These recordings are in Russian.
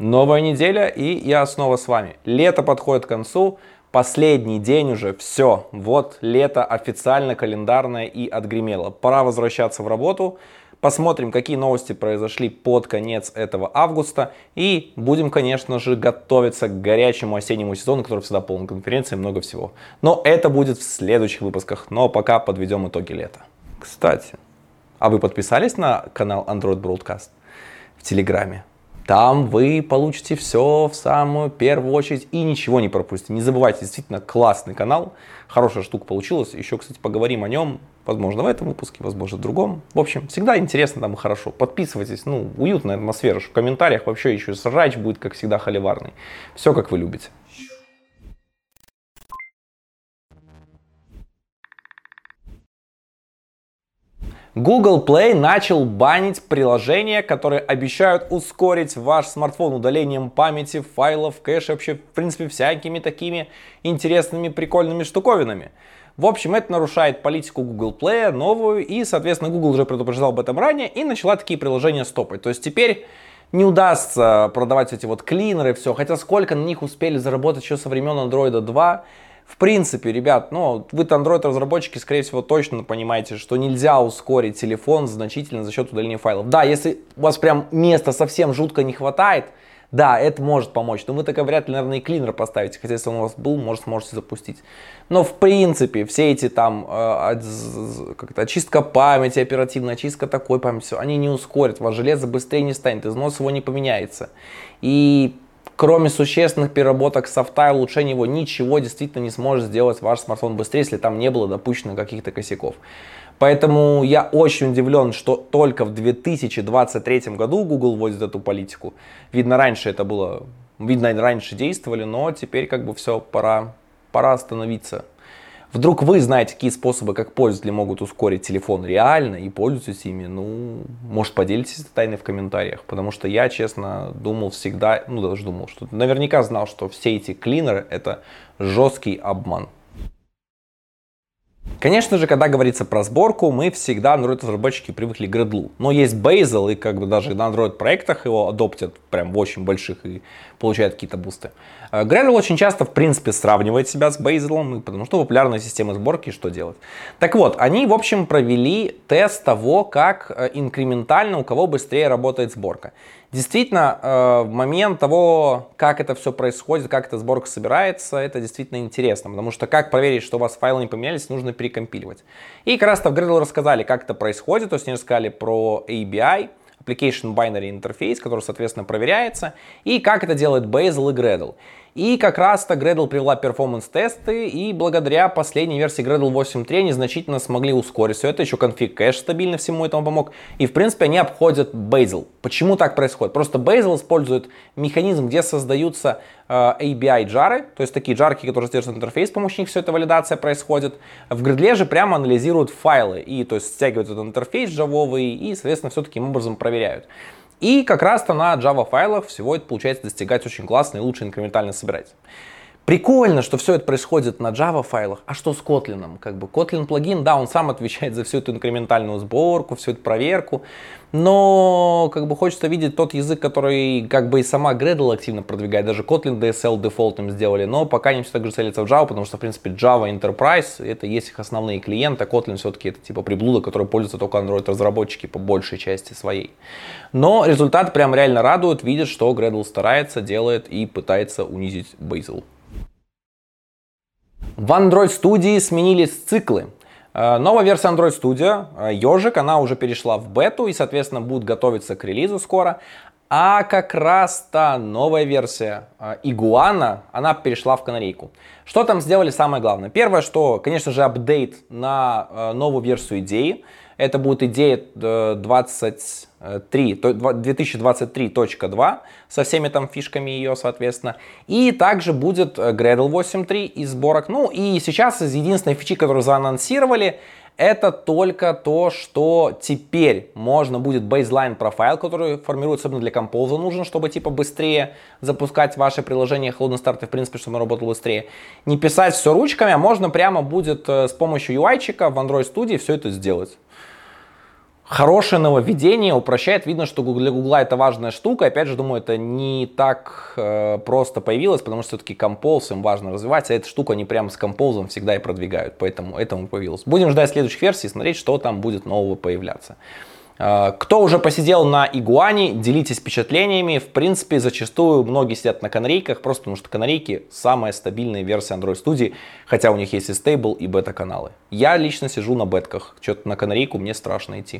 Новая неделя, и я снова с вами. Лето подходит к концу, последний день уже, все. Вот лето официально календарное и отгремело. Пора возвращаться в работу. Посмотрим, какие новости произошли под конец этого августа. И будем, конечно же, готовиться к горячему осеннему сезону, который всегда полон конференций и много всего. Но это будет в следующих выпусках. Но пока подведем итоги лета. Кстати, а вы подписались на канал Android Broadcast в Телеграме? Там вы получите все в самую первую очередь и ничего не пропустите. Не забывайте, действительно классный канал, хорошая штука получилась. Еще, кстати, поговорим о нем, возможно, в этом выпуске, возможно, в другом. В общем, всегда интересно там и хорошо. Подписывайтесь, уютная атмосфера. В комментариях вообще еще срач будет, как всегда, холиварный. Все, как вы любите. Google Play начал банить приложения, которые обещают ускорить ваш смартфон удалением памяти, файлов, кэша, вообще, в принципе, всякими такими интересными, прикольными штуковинами. В общем, это нарушает политику Google Play новую, и, соответственно, Google уже предупреждал об этом ранее и начала такие приложения стопать. То есть теперь не удастся продавать эти вот клинеры и все, хотя сколько на них успели заработать еще со времен Android 2. В принципе, ребят, вы-то Android-разработчики, скорее всего, точно понимаете, что нельзя ускорить телефон значительно за счет удаления файлов. Да, если у вас прям места совсем жутко не хватает, да, это может помочь. Но вы так вряд ли, наверное, и клинер поставите, хотя если он у вас был, может, сможете запустить. Но, в принципе, все эти там очистка памяти, оперативная очистка такой памяти, все, они не ускорят, ваше железо быстрее не станет, износ его не поменяется. И кроме существенных переработок софта и улучшения его, ничего действительно не сможет сделать ваш смартфон быстрее, если там не было допущено каких-то косяков. Поэтому я очень удивлен, что только в 2023 году Google вводит эту политику. Видно, раньше это было, раньше действовали, но теперь как бы все, пора остановиться. Вдруг вы знаете, какие способы, как пользователи могут ускорить телефон реально и пользуетесь ими, может, поделитесь этой тайной в комментариях, потому что я, честно, думал всегда, что наверняка знал, что все эти клинеры — это жесткий обман. Конечно же, когда говорится про сборку, мы всегда, Android-разработчики, привыкли к Gradle. Но есть Bazel, и как бы даже на Android-проектах его адоптят прям в очень больших и получают какие-то бусты. Gradle очень часто, в принципе, сравнивает себя с Bazel, потому что популярная система сборки, что делать. Так вот, они, в общем, провели тест того, как инкрементально у кого быстрее работает сборка. Действительно, в момент того, как это все происходит, как эта сборка собирается, это действительно интересно, потому что как проверить, что у вас файлы не поменялись, нужно перекомпиливать. И как раз-то в Gradle рассказали, как это происходит, то есть они рассказали про ABI, Application Binary Interface, который, соответственно, проверяется, и как это делает Bazel и Gradle. И как раз-то Gradle привела перформанс-тесты, и благодаря последней версии Gradle 8.3 они значительно смогли ускорить все это. Еще конфиг кэш стабильно всему этому помог. И, в принципе, они обходят Bazel. Почему так происходит? Просто Bazel использует механизм, где создаются ABI-джары, то есть такие джарки, которые содержат интерфейс, с помощью них все эта валидация происходит. В Gradle же прямо анализируют файлы, и то есть стягивают этот интерфейс джавовый, и, соответственно, все таким образом проверяют. И как раз-то на Java файлах всего это получается достигать очень классно и лучше инкрементально собирать. Прикольно, что все это происходит на Java файлах. А что с Kotlin? Kotlin плагин, да, он сам отвечает за всю эту инкрементальную сборку, всю эту проверку. Но хочется видеть тот язык, который и сама Gradle активно продвигает. Даже Kotlin DSL дефолтом сделали. Но пока не все так же целятся в Java, потому что, в принципе, Java Enterprise — это есть их основные клиенты. Kotlin все-таки это типа приблуда, которой пользуются только Android-разработчики по большей части своей. Но результат прям реально радует. Видят, что Gradle старается, делает и пытается унизить Bazel. В Android Studio сменились циклы. Новая версия Android Studio, ежик, она уже перешла в бету и, соответственно, будет готовиться к релизу скоро. А как раз-то новая версия Iguana, она перешла в канарейку. Что там сделали самое главное? Первое, что, конечно же, апдейт на новую версию идеи. Это будет идея 2023.2 со всеми там фишками ее, соответственно. И также будет Gradle 8.3 из сборок. И сейчас из единственной фичи, которую заанонсировали, это только то, что теперь можно будет baseline профайл, который формируется особенно для Compose, нужен, чтобы быстрее запускать ваше приложение холодный старт и, в принципе, чтобы оно работало быстрее. Не писать все ручками, а можно прямо будет с помощью UI-чика в Android Studio все это сделать. Хорошее нововведение, упрощает. Видно, что для Гугла это важная штука. Опять же, думаю, это не так просто появилось, потому что все-таки Compose им важно развивать, а эта штука они прямо с Compose всегда и продвигают, поэтому этому появилось. Будем ждать следующих версий и смотреть, что там будет нового появляться. Кто уже посидел на Игуане, делитесь впечатлениями. В принципе, зачастую многие сидят на канарейках, просто потому что канарейки самая стабильная версия Android Studio, хотя у них есть и стейбл, и бета-каналы. Я лично сижу на бетках, что-то на канарейку мне страшно идти.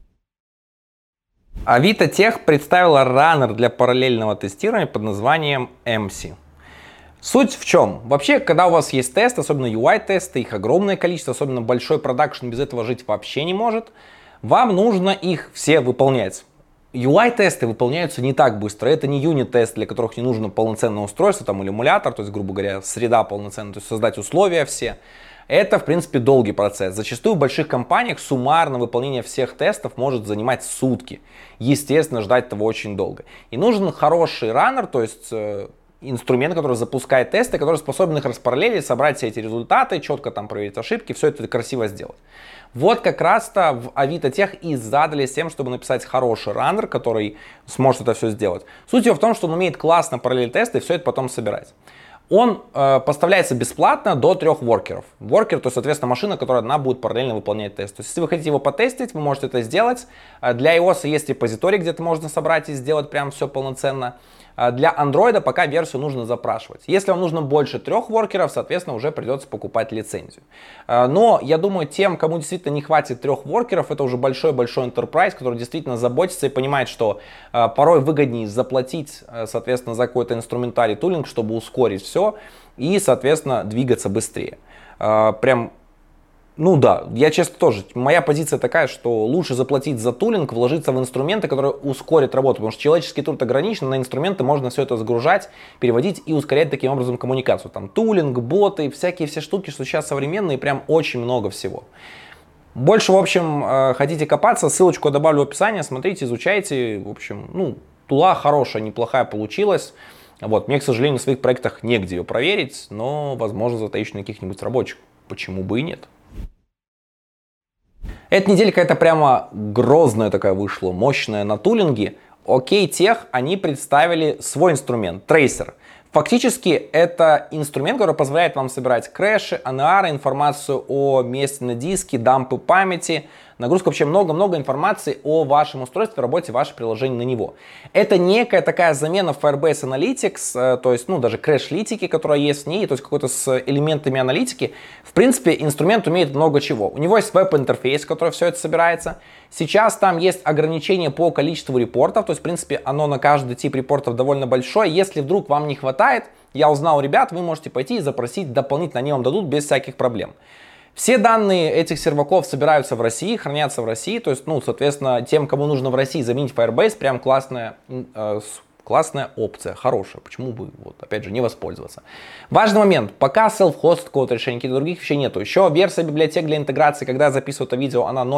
Авито Тех представила раннер для параллельного тестирования под названием MC. Суть в чем? Вообще, когда у вас есть тест, особенно UI-тесты, их огромное количество, особенно большой продакшн без этого жить вообще не может, вам нужно их все выполнять. UI-тесты выполняются не так быстро. Это не юнит-тест, для которых не нужно полноценное устройство там, или эмулятор, то есть, грубо говоря, среда полноценная, то есть создать условия все. Это, в принципе, долгий процесс. Зачастую в больших компаниях суммарно выполнение всех тестов может занимать сутки. Естественно, ждать того очень долго. И нужен хороший раннер, то есть инструмент, который запускает тесты, который способен их распараллелить, собрать все эти результаты, четко там проверить ошибки, все это красиво сделать. Вот как раз-то в Авито Тех и задались тем, чтобы написать хороший раннер, который сможет это все сделать. Суть его в том, что он умеет классно параллелить тесты и все это потом собирать. Он поставляется бесплатно до 3 воркеров. Воркер, то есть, соответственно, машина, которая одна будет параллельно выполнять тест. То есть, если вы хотите его потестить, вы можете это сделать. Для iOS есть репозиторий, где это можно собрать и сделать прям все полноценно. Для Android пока версию нужно запрашивать. Если вам нужно больше 3 воркеров, соответственно, уже придется покупать лицензию. Но я думаю, тем, кому действительно не хватит 3 воркеров, это уже большой-большой enterprise, который действительно заботится и понимает, что порой выгоднее заплатить, соответственно, за какой-то инструментарий тулинг, чтобы ускорить все и, соответственно, двигаться быстрее. Прям... Ну да, я честно тоже, моя позиция такая, что лучше заплатить за тулинг, вложиться в инструменты, которые ускорят работу, потому что человеческий труд ограничен, на инструменты можно все это загружать, переводить и ускорять таким образом коммуникацию. Там тулинг, боты, всякие все штуки, что сейчас современные, прям очень много всего. Больше, в общем, хотите копаться, ссылочку я добавлю в описание, смотрите, изучайте, в общем, ну, тула хорошая, неплохая получилась. Вот, мне, к сожалению, в своих проектах негде ее проверить, но, возможно, затащу на каких-нибудь рабочих, почему бы и нет. Эта неделька это прямо грозная такая вышла, мощная на тулинге. Окей Тех, они представили свой инструмент, Tracer. Фактически это инструмент, который позволяет вам собирать крэши, ANR, информацию о месте на диске, дампы памяти, нагрузка, вообще много-много информации о вашем устройстве, работе вашего приложения на него. Это некая такая замена Firebase Analytics, то есть, ну, даже крэш-литики, которая есть в ней, то есть какой-то с элементами аналитики. В принципе, инструмент умеет много чего. У него есть веб-интерфейс, который все это собирается. Сейчас там есть ограничение по количеству репортов, то есть, в принципе, оно на каждый тип репортов довольно большое. Если вдруг вам не хватает, я узнал ребят, вы можете пойти и запросить дополнительно, они вам дадут без всяких проблем. Все данные этих серваков собираются в России, хранятся в России, то есть, ну, соответственно, тем, кому нужно в России заменить Firebase, прям классная опция, хорошая, почему бы, вот, опять же, не воспользоваться. Важный момент, пока self-host какого-то решения, каких-то других вещей нету. Еще версия библиотек для интеграции, когда я записываю это видео, она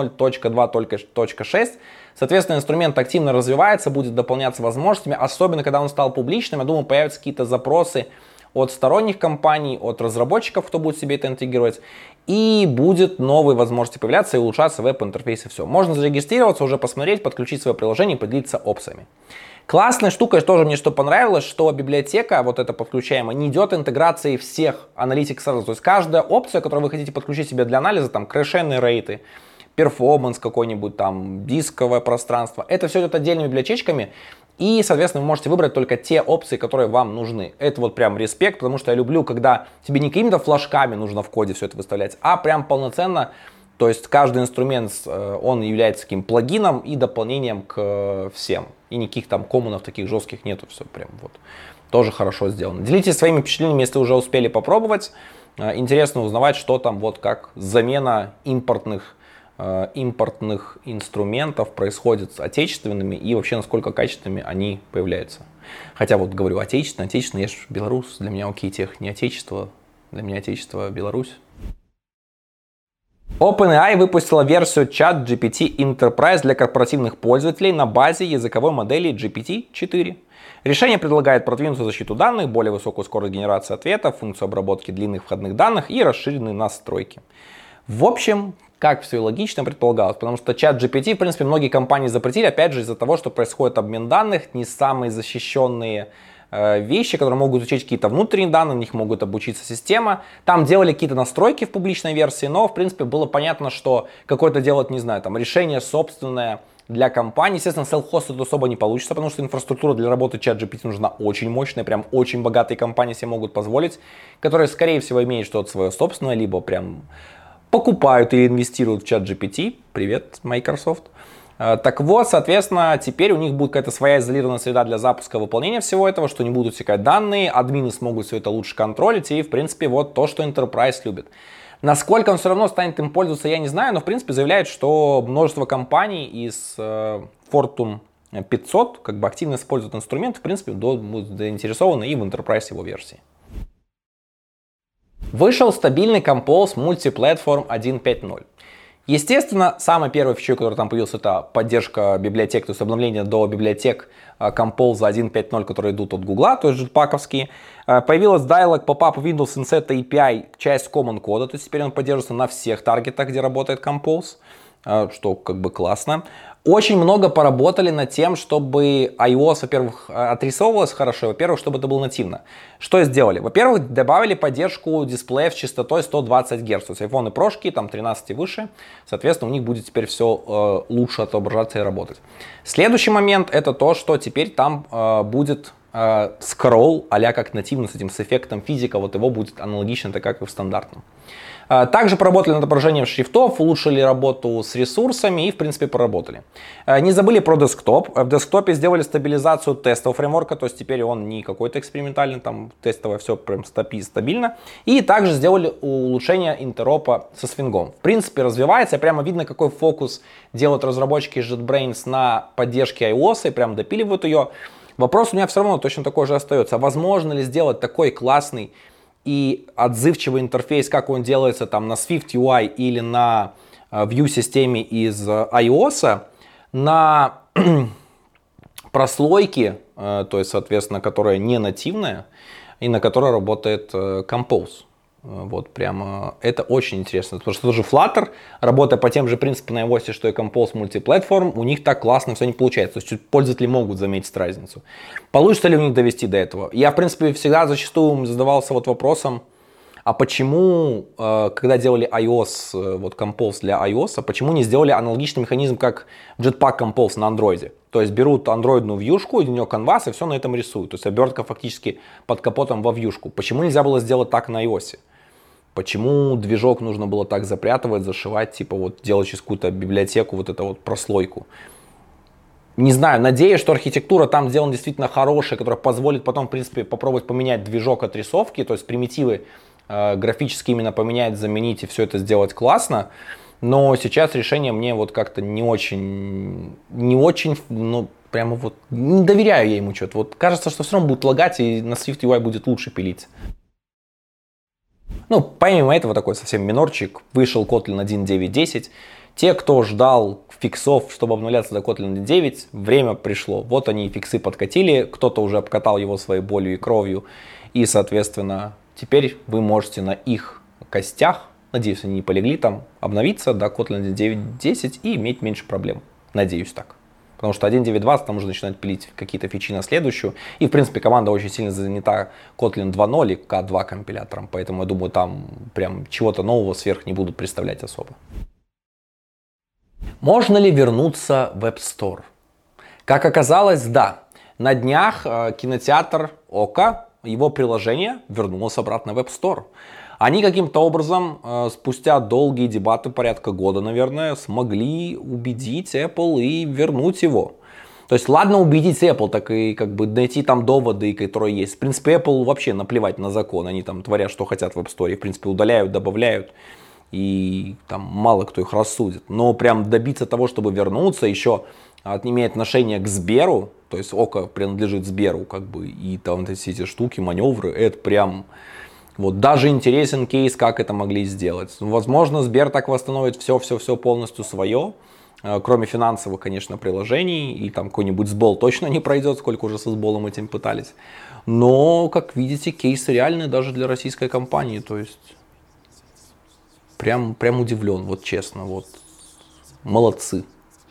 0.2.6. Соответственно, инструмент активно развивается, будет дополняться возможностями, особенно когда он стал публичным. Я думаю, появятся какие-то запросы от сторонних компаний, от разработчиков, кто будет себе это интегрировать. И будет новые возможности появляться и улучшаться веб-интерфейс и все. Можно зарегистрироваться, уже посмотреть, подключить свое приложение и поделиться опциями. Классная штука, тоже мне что понравилось, что библиотека, вот эта подключаемая, не идет интеграцией всех аналитик сразу. То есть каждая опция, которую вы хотите подключить себе для анализа, там крэшенные рейты, перформанс какой-нибудь, там дисковое пространство, это все идет отдельными библиотечками. И, соответственно, вы можете выбрать только те опции, которые вам нужны. Это вот прям респект, потому что я люблю, когда тебе не какими-то флажками нужно в коде все это выставлять, а прям полноценно. То есть каждый инструмент, он является таким плагином и дополнением к всем. И никаких там коммунов таких жестких нету, все прям вот. Тоже хорошо сделано. Делитесь своими впечатлениями, если уже успели попробовать. Интересно узнавать, что там вот как замена импортных инструментов происходит с отечественными и вообще насколько качественными они появляются. Хотя вот говорю отечественный, я же белорус, для меня окей Тех не отечество, для меня отечество Беларусь. OpenAI выпустила версию ChatGPT Enterprise для корпоративных пользователей на базе языковой модели GPT-4. Решение предлагает продвинутую защиту данных, более высокую скорость генерации ответов, функцию обработки длинных входных данных и расширенные настройки. В общем, как все и логично предполагалось, потому что чат GPT, в принципе, многие компании запретили, опять же, из-за того, что происходит обмен данных, не самые защищенные вещи, которые могут изучить какие-то внутренние данные, на них могут обучиться система. Там делали какие-то настройки в публичной версии, но, в принципе, было понятно, что какое-то делать, не знаю, там, решение собственное для компании. Естественно, self-host это особо не получится, потому что инфраструктура для работы чат GPT нужна очень мощная, прям очень богатые компании себе могут позволить, которые, скорее всего, имеют что-то свое собственное, либо прям покупают или инвестируют в чат GPT. Привет, Microsoft. Так вот, соответственно, теперь у них будет какая-то своя изолированная среда для запуска выполнения всего этого, что не будут утекать данные, админы смогут все это лучше контролить, и, в принципе, вот то, что Enterprise любит. Насколько он все равно станет им пользоваться, я не знаю, но, в принципе, заявляет, что множество компаний из Fortune 500 как бы активно используют инструмент, в принципе, будут заинтересованы и в Enterprise его версии. Вышел стабильный Compose Multiplatform 1.5.0. Естественно, самой первой фичой, которая там появилась, это поддержка библиотек, то есть обновление до библиотек Compose 1.5.0, которые идут от Google, то есть jetpack'овские. Появилась Dialog Pop-up Windows Inset API, часть Common Code, то есть теперь он поддерживается на всех таргетах, где работает Compose, что как бы классно. Очень много поработали над тем, чтобы iOS, во-первых, отрисовывалось хорошо, во-первых, чтобы это было нативно. Что сделали? Во-первых, добавили поддержку дисплеев с частотой 120 Гц. То есть iPhone и прошки, там 13 и выше, соответственно, у них будет теперь все лучше отображаться и работать. Следующий момент это то, что теперь там будет скролл а-ля как нативно с эффектом физика, вот его будет аналогично, так как и в стандартном. Также поработали над отображением шрифтов, улучшили работу с ресурсами и, в принципе, поработали. Не забыли про десктоп. В десктопе сделали стабилизацию тестового фреймворка, то есть теперь он не какой-то экспериментальный, там тестовое все прям стабильно. И также сделали улучшение интеропа со Swing. В принципе, развивается, прямо видно, какой фокус делают разработчики JetBrains на поддержке iOS, и прям допиливают ее. Вопрос у меня все равно точно такой же остается. А возможно ли сделать такой классный и отзывчивый интерфейс, как он делается там на Swift UI или на Vue-системе из iOS, на прослойке, то есть, соответственно, которая не нативная и на которой работает Compose. Вот прямо это очень интересно, потому что тоже Flutter, работая по тем же принципам на iOS, что и Compose Multiplatform, у них так классно все не получается. То есть пользователи могут заметить разницу. Получится ли у них довести до этого? Я, в принципе, всегда зачастую задавался вот вопросом, а почему, когда делали iOS, вот Compose для iOS, а почему не сделали аналогичный механизм, как Jetpack Compose на Android? То есть берут андроидную вьюшку, у нее канвас и все на этом рисуют. То есть обертка фактически под капотом во вьюшку. Почему нельзя было сделать так на iOS? Почему движок нужно было так запрятывать, зашивать, типа вот делать через какую-то библиотеку вот эту вот прослойку? Не знаю, надеюсь, что архитектура там сделана действительно хорошая, которая позволит потом, в принципе, попробовать поменять движок отрисовки, то есть примитивы графически именно поменять, заменить и все это сделать классно. Но сейчас решение мне вот как-то не очень, ну, прямо вот не доверяю я ему что-то. Вот кажется, что все равно будет лагать и на Swift UI будет лучше пилить. Ну, помимо этого, такой совсем минорчик, вышел Kotlin 1.9.10. Те, кто ждал фиксов, чтобы обновляться до Kotlin 9, время пришло. Вот они фиксы подкатили, кто-то уже обкатал его своей болью и кровью. И, соответственно, теперь вы можете на их костях, надеюсь, они не полегли там, обновиться до Kotlin 9.10 и иметь меньше проблем. Надеюсь так. Потому что 1.9.20 там уже начинает пилить какие-то фичи на следующую. И, в принципе, команда очень сильно занята Kotlin 2.0 и K2 компилятором. Поэтому, я думаю, там прям чего-то нового сверх не будут представлять особо. Можно ли вернуться в App Store? Как оказалось, да. На днях кинотеатр Ока, его приложение вернулось обратно в App Store. Они каким-то образом, спустя долгие дебаты, порядка года, наверное, смогли убедить Apple и вернуть его. То есть, ладно убедить Apple, так и как бы найти там доводы, которые есть. В принципе, Apple вообще наплевать на закон. Они там творят, что хотят в App Store. В принципе, удаляют, добавляют. И там мало кто их рассудит. Но прям добиться того, чтобы вернуться, еще имея отношение к Сберу, то есть Ока принадлежит Сберу, как бы, и там все эти штуки, маневры, это прям... Вот даже интересен кейс, как это могли сделать. Возможно, Сбер так восстановит все полностью свое, кроме финансовых, конечно, приложений, и там какой-нибудь сбол точно не пройдет, сколько уже со сболом этим пытались. Но, как видите, кейс реальный даже для российской компании, то есть Прям удивлен, вот честно, вот. Молодцы.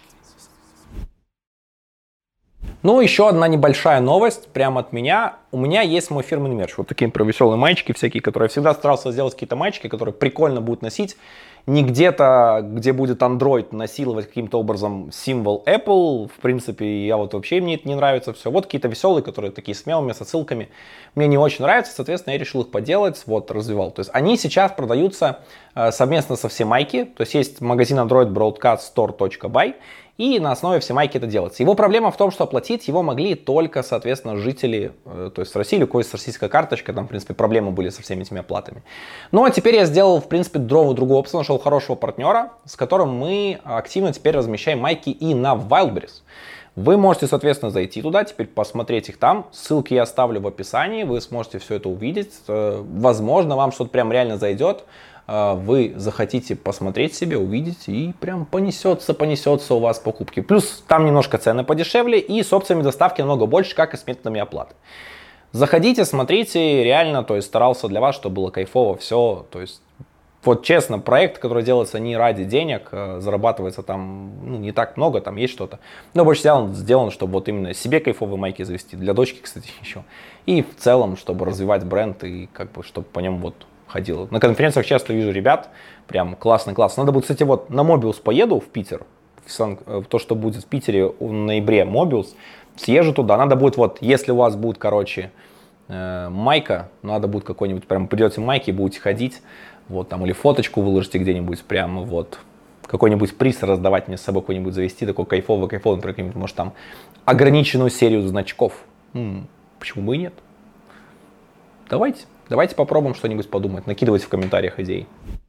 Ну, еще одна небольшая новость прямо от меня. У меня есть мой фирменный мерч. Вот такие, например, веселые маечки всякие, которые я всегда старался сделать какие-то маечки, которые прикольно будут носить. Не где-то, где будет Android насиловать каким-то образом символ Apple. В принципе, я вот вообще, мне это не нравится все. Вот какие-то веселые, которые такие с мемами, с отсылками. Мне не очень нравятся, соответственно, я решил их поделать, вот, развивал. То есть они сейчас продаются совместно со всемайки. То есть есть магазин Android Broadcast Store.by. И на основе всемайки это делается. Его проблема в том, что оплатить его могли только, соответственно, жители, то есть России, у кого есть российская карточка, там, в принципе, проблемы были со всеми этими оплатами. Ну, а теперь я сделал, в принципе, другую опцию, нашел хорошего партнера, с которым мы активно теперь размещаем майки и на Wildberries. Вы можете, соответственно, зайти туда, теперь посмотреть их там. Ссылки я оставлю в описании, вы сможете все это увидеть. Возможно, вам что-то прям реально зайдет. Вы захотите посмотреть себе, увидеть, и прям понесется у вас покупки. Плюс там немножко цены подешевле, и с опциями доставки намного больше, как и с методами оплаты. Заходите, смотрите, реально, то есть старался для вас, чтобы было кайфово все. То есть, вот честно, проект, который делается не ради денег, зарабатывается там, ну, не так много, там есть что-то. Но больше сделан, чтобы вот именно себе кайфовые майки завести, для дочки, кстати, еще. И в целом, чтобы развивать бренд и как бы, чтобы по нему вот ходил. На конференциях часто вижу ребят, прям классно. Надо будет, кстати, вот на Mobius поеду в Питер, в то, что будет в Питере в ноябре Mobius, съезжу туда. Надо будет вот, если у вас будет, короче, майка, надо будет какой-нибудь, прям придете майки и будете ходить, вот там, или фоточку выложите где-нибудь, прямо вот, какой-нибудь приз раздавать, мне с собой какой-нибудь завести, такой кайфовый, например, может там ограниченную серию значков. Почему бы и нет? Давайте попробуем что-нибудь подумать. Накидывайте в комментариях идеи.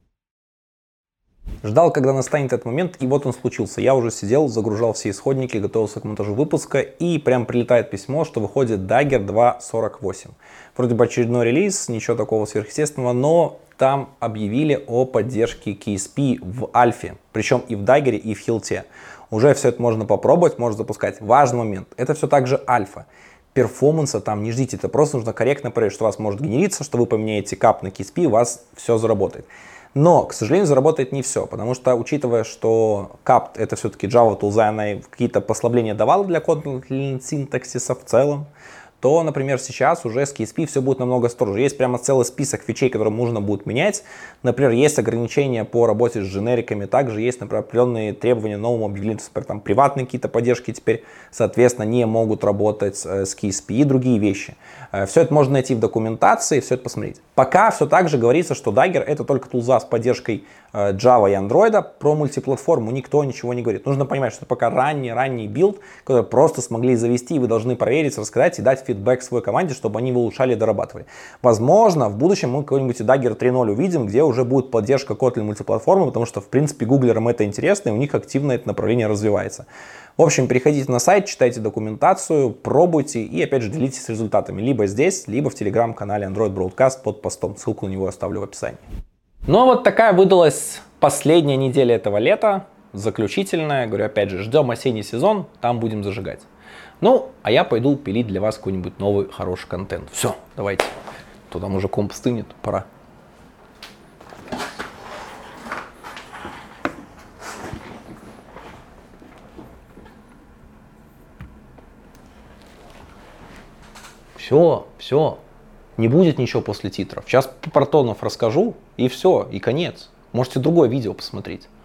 Ждал, когда настанет этот момент, и вот он случился. Я уже сидел, загружал все исходники, готовился к монтажу выпуска, и прям прилетает письмо, что выходит Dagger 2.48. Вроде бы очередной релиз, ничего такого сверхъестественного, но там объявили о поддержке KSP в альфе, причем и в Dagger, и в Хилте. Уже все это можно попробовать, можно запускать. Важный момент, это все также альфа. Перформанса там не ждите, это просто нужно корректно проверить, что у вас может генериться, что вы поменяете кап на KSP, у вас все заработает. Но, к сожалению, заработает не все, потому что, учитывая, что кап это все-таки Java Tools, она какие-то послабления давала для контентного синтаксиса в целом, то, например, сейчас уже с KSP все будет намного строже. Есть прямо целый список фичей, которые нужно будет менять. Например, есть ограничения по работе с дженериками, также есть, например, определенные требования новому объявлению, например, там приватные какие-то поддержки теперь, соответственно, не могут работать с KSP и другие вещи. Все это можно найти в документации, все это посмотреть. Пока все так же говорится, что Dagger это только тулза с поддержкой Java и Android, про мультиплатформу никто ничего не говорит. Нужно понимать, что это пока ранний билд, который просто смогли завести, и вы должны проверить, рассказать и дать фидбэк своей команде, чтобы они его улучшали и дорабатывали. Возможно, в будущем мы какой-нибудь Dagger 3.0 увидим, где уже будет поддержка Kotlin мультиплатформы, потому что, в принципе, гуглерам это интересно, и у них активно это направление развивается. В общем, переходите на сайт, читайте документацию, пробуйте и, опять же, делитесь результатами либо здесь, либо в телеграм-канале Android Broadcast под постом. Ссылку на него я оставлю в описании. Ну, вот такая выдалась последняя неделя этого лета, заключительная. Говорю, опять же, ждем осенний сезон, там будем зажигать. Ну, а я пойду пилить для вас какой-нибудь новый хороший контент. Все, давайте. То там уже комп стынет, пора. Все. Не будет ничего после титров. Сейчас про тонов расскажу, и все, и конец. Можете другое видео посмотреть.